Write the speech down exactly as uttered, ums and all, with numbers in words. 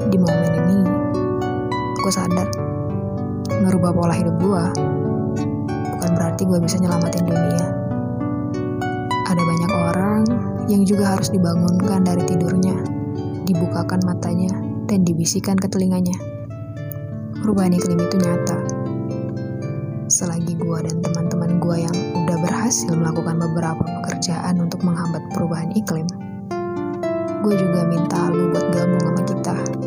Di momen ini, gue sadar ngerubah pola hidup gue bukan berarti gue bisa nyelamatin dunia. Ada banyak orang yang juga harus dibangunkan dari tidurnya, dibukakan matanya, dan dibisikkan ke telinganya. Perubahan iklim itu nyata. Selagi gue dan teman-teman gue yang udah berhasil melakukan beberapa pekerjaan untuk menghambat perubahan iklim, gue juga minta lu buat gabung sama kita.